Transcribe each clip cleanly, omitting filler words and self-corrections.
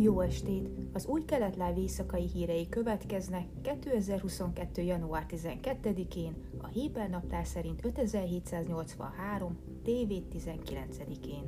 Jó estét! Az Új Kelet Live éjszakai hírei következnek 2022. január 12-én, a Héber naptár szerint 5783. TV 19-én.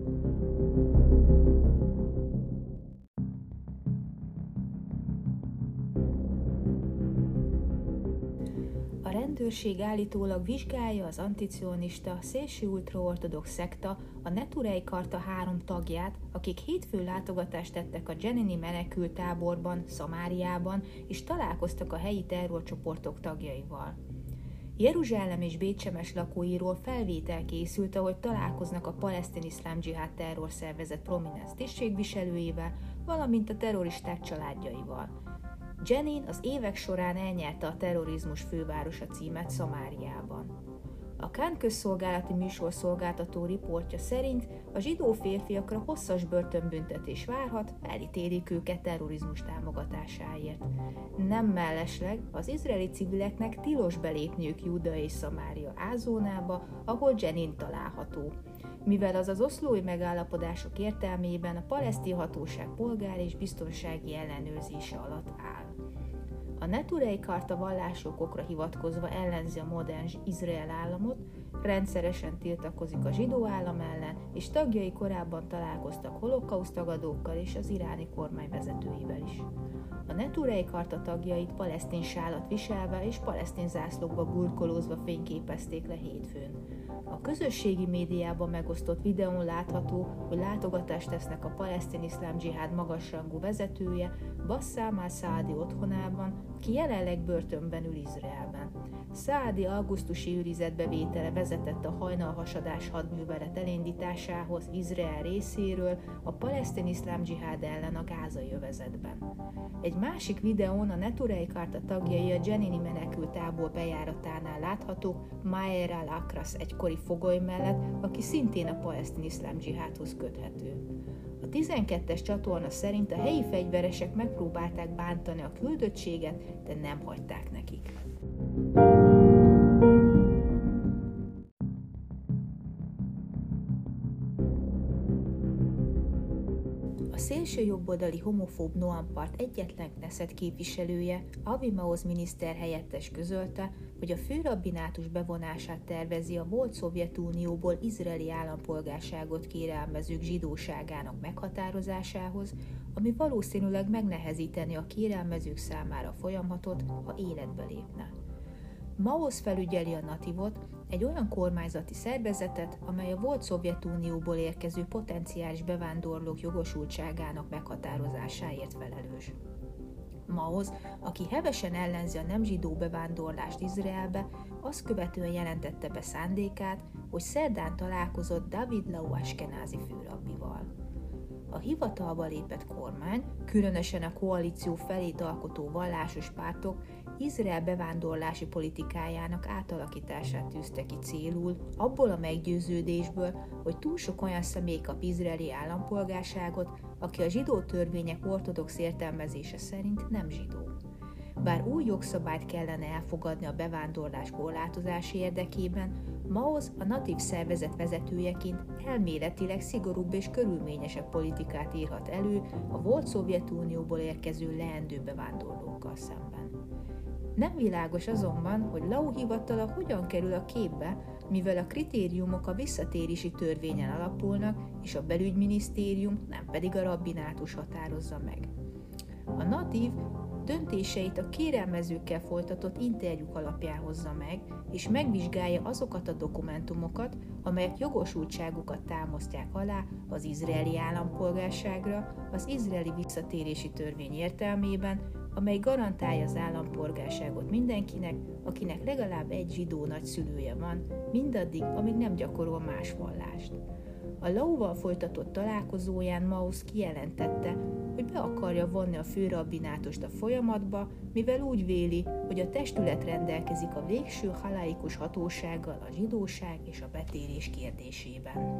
A rendőrség állítólag vizsgálja az anticionista, szélső ultraortodox szekta, a Neturei Karta 3 tagját, akik hétfőn látogatást tettek a Jenini menekülttáborban, Szamáriában, és találkoztak a helyi terrorcsoportok tagjaival. Jeruzsálem és Bécsemes lakóiról felvétel készült, ahogy találkoznak a palesztin iszlám dzsihád terrorszervezet prominens tisztségviselőivel, valamint a terroristák családjaival. Jenin az évek során elnyerte a terrorizmus fővárosa címet Szamáriában. A Kán közszolgálati műsor szolgáltató riportja szerint a zsidó férfiakra hosszas börtönbüntetés várhat, elítélik őket terrorizmus támogatásáért. Nem mellesleg az izraeli civileknek tilos belépniük Júdea és Szamária ázónába, ahol Jenin található, mivel az oszlói megállapodások értelmében a palesztin hatóság polgár és biztonsági ellenőrzése alatt áll. A Neturei Karta vallásokokra hivatkozva ellenzi a modern Izrael államot, rendszeresen tiltakozik a zsidó állam ellen, és tagjai korábban találkoztak holokauszt tagadókkal és az iráni kormány vezetőivel is. A Neturei Karta tagjait palesztin sálat viselve és palesztin zászlókba burkolózva fényképezték le hétfőn. A közösségi médiában megosztott videón látható, hogy látogatást tesznek a palesztin iszlám dzsihád magasrangú vezetője, Bassam al-Saadi otthonában, aki jelenleg börtönben ül Izraelben. Saadi augusztusi őrizetbevétele vezetett a hajnalhasadás hadművelet elindításához Izrael részéről a palesztin iszlám dzsihád ellen a gázai övezetben. Egy másik videón a Neturei Karta tagjai a Jenini menekülttábor bejáratánál láthatók Maher al-Akras egykori fogoly mellett, aki szintén a palesztin iszlám dzsihádhoz köthető. A 12-es csatorna szerint a helyi fegyveresek megpróbálták bántani a küldöttséget, de nem hagyták nekik. A szélsőjobboldali homofób Noam Part egyetlen Knesset képviselője, Avi Maoz miniszterhelyettes közölte, hogy a főrabbinátus bevonását tervezi a volt Szovjetunióból izraeli állampolgárságot kérelmezők zsidóságának meghatározásához, ami valószínűleg megnehezíteni a kérelmezők számára a folyamatot, ha életbe lépne. Maoz felügyeli a Nativot, egy olyan kormányzati szervezetet, amely a volt Szovjetunióból érkező potenciális bevándorlók jogosultságának meghatározásáért felelős. Maoz, aki hevesen ellenzi a nem zsidó bevándorlást Izraelbe, azt követően jelentette be szándékát, hogy szerdán találkozott David Lau Ashkenazi főrabbival. A hivatalba lépett kormány, különösen a koalíció felét alkotó vallásos pártok Izrael bevándorlási politikájának átalakítását tűzte ki célul, abból a meggyőződésből, hogy túl sok olyan személy kap izraeli állampolgárságot, aki a zsidó törvények ortodox értelmezése szerint nem zsidó. Bár új jogszabályt kellene elfogadni a bevándorlás korlátozási érdekében, Maoz a natív szervezet vezetőjeként elméletileg szigorúbb és körülményesebb politikát írhat elő a volt Szovjetunióból érkező leendő bevándorlókkal szemben. Nem világos azonban, hogy Lau hivatala hogyan kerül a képbe, mivel a kritériumok a visszatérési törvényen alapulnak, és a belügyminisztérium, nem pedig a rabbinátus határozza meg. A natív döntéseit a kérelmezőkkel folytatott interjúk alapján hozza meg, és megvizsgálja azokat a dokumentumokat, amelyek jogosultságukat támasztják alá az izraeli állampolgárságra, az izraeli visszatérési törvény értelmében, amely garantálja az állampolgárságot mindenkinek, akinek legalább egy zsidó nagyszülője van, mindaddig, amíg nem gyakorol más vallást. A Lauval folytatott találkozóján Maoz kijelentette, hogy be akarja vonni a főrabbinátust a folyamatba, mivel úgy véli, hogy a testület rendelkezik a végső halaikus hatósággal a zsidóság és a betérés kérdésében.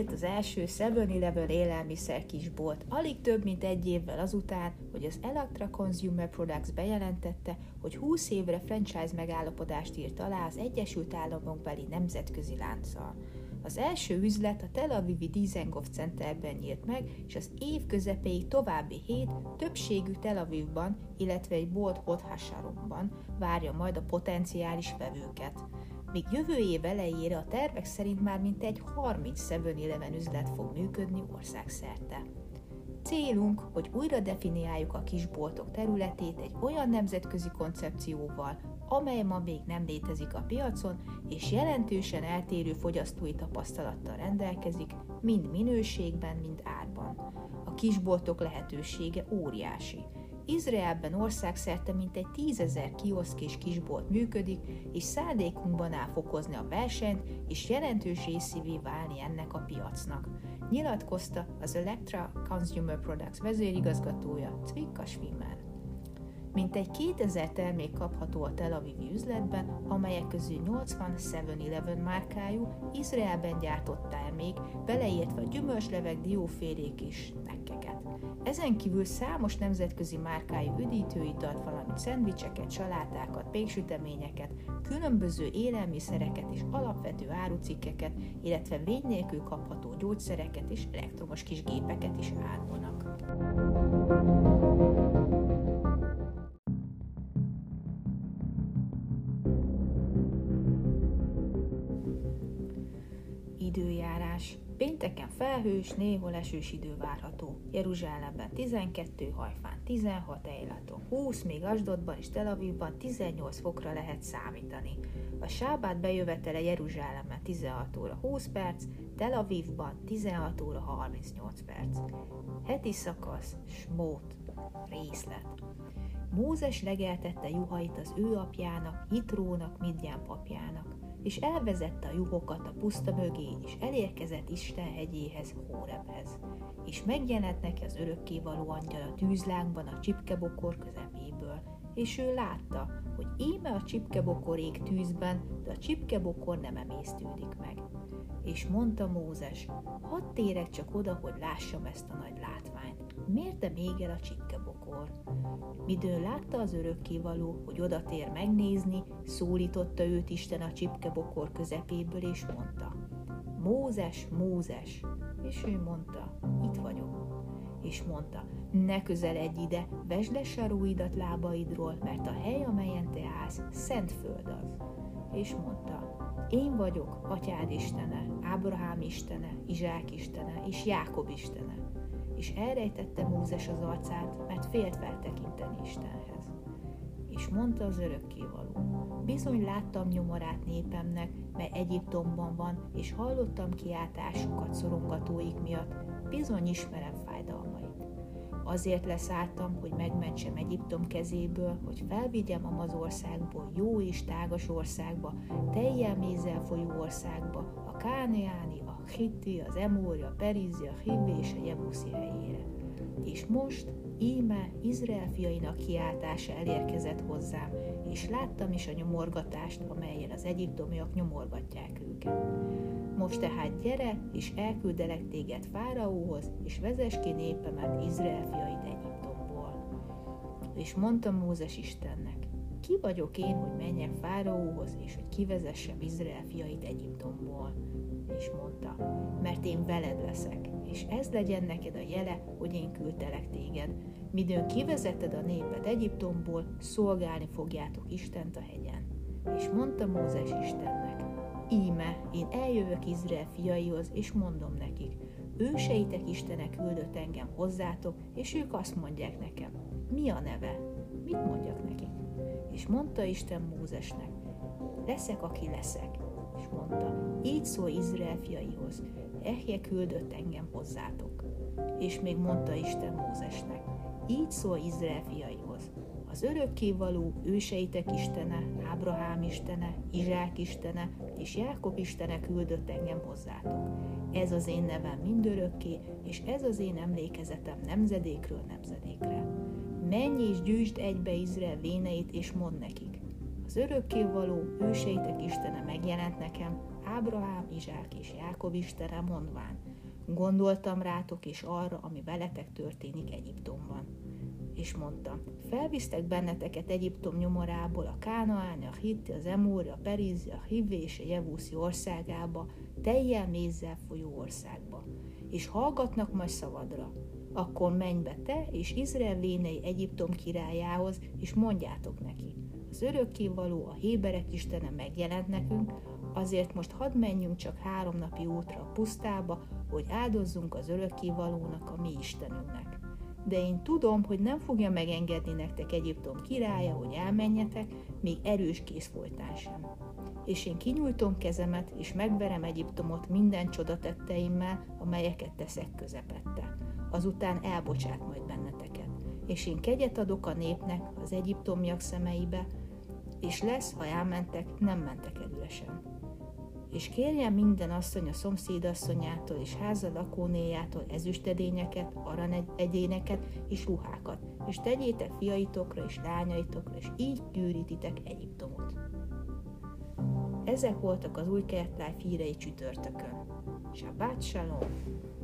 Megnyílt az első 7-Eleven élelmiszer kisbolt, alig több mint egy évvel azután, hogy az Electra Consumer Products bejelentette, hogy 20 évre franchise megállapodást írt alá az Egyesült Államokbeli nemzetközi lánccal. Az első üzlet a Tel Avivi Dizengoff Centerben nyílt meg, és az év közepéig további 7 többségű Tel Avivban, illetve egy bolt Hod Hasharonban várja majd a potenciális vevőket. Míg jövő év elejére a tervek szerint már mintegy 30 7-Eleven üzlet fog működni országszerte. Célunk, hogy újra definiáljuk a kisboltok területét egy olyan nemzetközi koncepcióval, amely ma még nem létezik a piacon, és jelentősen eltérő fogyasztói tapasztalattal rendelkezik, mind minőségben, mind árban. A kisboltok lehetősége óriási. Izraelben országszerte mintegy 10 000 kioszk és kisbolt működik, és szándékunkban áll fokozni a versenyt, és jelentős részévé válni ennek a piacnak, nyilatkozta az Electra Consumer Products vezérigazgatója Tzvika Schwimmer. Mintegy 2000 termék kapható a Tel Avivi üzletben, amelyek közül 80 7-Eleven márkájú, Izraelben gyártott termék, beleértve a gyümölcslevek, diófélék és snackeket. Ezen kívül számos nemzetközi márkájú üdítőitalt, valamint szendvicseket, salátákat, péksüteményeket, különböző élelmiszereket és alapvető árucikkeket, illetve vény nélkül kapható gyógyszereket és elektromos kis gépeket is árulnak. Időjárás. Pénteken felhős, néhol esős idő várható. Jeruzsálemben 12, Hajfán 16, Eilaton 20, még Asdodban és Tel Avivban 18 fokra lehet számítani. A sábát bejövetele Jeruzsálemben 16 óra 20 perc, Tel Avivban 16 óra 38 perc. Heti szakasz, Smót, részlet. Mózes legeltette juhait az ő apjának, Jitrónak, Midján papjának, és elvezette a juhokat a puszta mögé, és elérkezett Isten hegyéhez, Hórebhez. És megjelent neki az örökkévaló angyal a tűzlángban a csipkebokor közepéből, és ő látta, hogy íme a csipkebokor ég tűzben, de a csipkebokor nem emésztődik meg. És mondta Mózes, hadd térek csak oda, hogy lássam ezt a nagy látványt. Miért nem ég el a csipkebokor? Midőn látta az örökkévaló, hogy odatér megnézni, szólította őt Isten a csipkebokor közepéből, és mondta, Mózes, Mózes! És ő mondta, itt vagyok. És mondta, ne közeledj ide, vesd le sarúidat lábaidról, mert a hely, amelyen te állsz, szent föld az. És mondta, én vagyok, atyád Istene, Ábrahám Istene, Izsák Istene és Jákob Istene. És elrejtette Mózes az arcát, mert félt feltekinteni Istenhez. És mondta az örökkévaló, bizony láttam nyomorát népemnek, mely Egyiptomban van, és hallottam kiáltásukat szorongatóik miatt, bizony ismerem fájdalmait. Azért leszálltam, hogy megmentsem Egyiptom kezéből, hogy felvigyem Amazországból jó és tágas országba, tejjel mézzel folyó országba, a káneáni, a hitti, az emóri, a perizi, a hivvi és a jebuszi helyére. És most, íme, Izrael fiainak kiáltása elérkezett hozzám, és láttam is a nyomorgatást, amellyel az egyiptomiak nyomorgatják őket. Most tehát gyere, és elküldelek téged Fáraóhoz, és vezess ki népemet, Izrael fiait Egyiptomból. És mondta Mózes Istennek, ki vagyok én, hogy menjek Fáraóhoz, és hogy kivezessem Izrael fiait Egyiptomból? És mondta, mert én veled leszek, és ez legyen neked a jele, hogy én küldtelek téged. Midőn kivezeted a népet Egyiptomból, szolgálni fogjátok Istent a hegyen. És mondta Mózes Istennek, íme, én eljövök Izrael fiaihoz, és mondom nekik, őseitek Istene küldött engem hozzátok, és ők azt mondják nekem, mi a neve? Mit mondjak nekik? És mondta Isten Mózesnek, leszek, aki leszek. És mondta, így szól Izrael fiaihoz, Ehje küldött engem hozzátok. És még mondta Isten Mózesnek, így szól Izrael fiaihoz, az örökkévaló őseitek Istene, Ábrahám Istene, Izsák Istene és Jákob Istene küldött engem hozzátok. Ez az én nevem mindörökké, és ez az én emlékezetem nemzedékről nemzedékre. Menj és gyűjtsd egybe Izrael véneit, és mondd nekik. Az örökkévaló őseitek Istene megjelent nekem, Ábrahám, Izsák és Jákob Istene mondván, Gondoltam rátok és arra, ami veletek történik Egyiptomban. És mondta, felvisztek benneteket Egyiptom nyomorából a Kánaáni, a Hitti, az Emóri, a Perizi, a Hivi és a Jebuszi országába, tejjel, mézzel folyó országba, és hallgatnak majd szavadra. Akkor menj be te és Izrael lénei Egyiptom királyához, és mondjátok neki, az örökkévaló, a héberek istene megjelent nekünk, azért most hadd menjünk csak 3 napi útra a pusztába, hogy áldozzunk az örökkévalónak, a mi istenünknek. De én tudom, hogy nem fogja megengedni nektek Egyiptom királya, hogy elmenjetek, még erős kézfolytán sem. És én kinyújtom kezemet, és megverem Egyiptomot minden csodatetteimmel, amelyeket teszek közepette. Azután elbocsát majd benneteket. És én kegyet adok a népnek, az egyiptomiak szemeibe, és lesz, ha elmentek, nem mentek el üresen. És kérjen minden asszony a szomszédasszonyától és háza lakónéjától ezüstedényeket, aranyedényeket és ruhákat, és tegyétek fiaitokra és lányaitokra, és így gyűrítitek Egyiptomot. Ezek voltak az új kerttáj hírei csütörtökön. Shabbat shalom!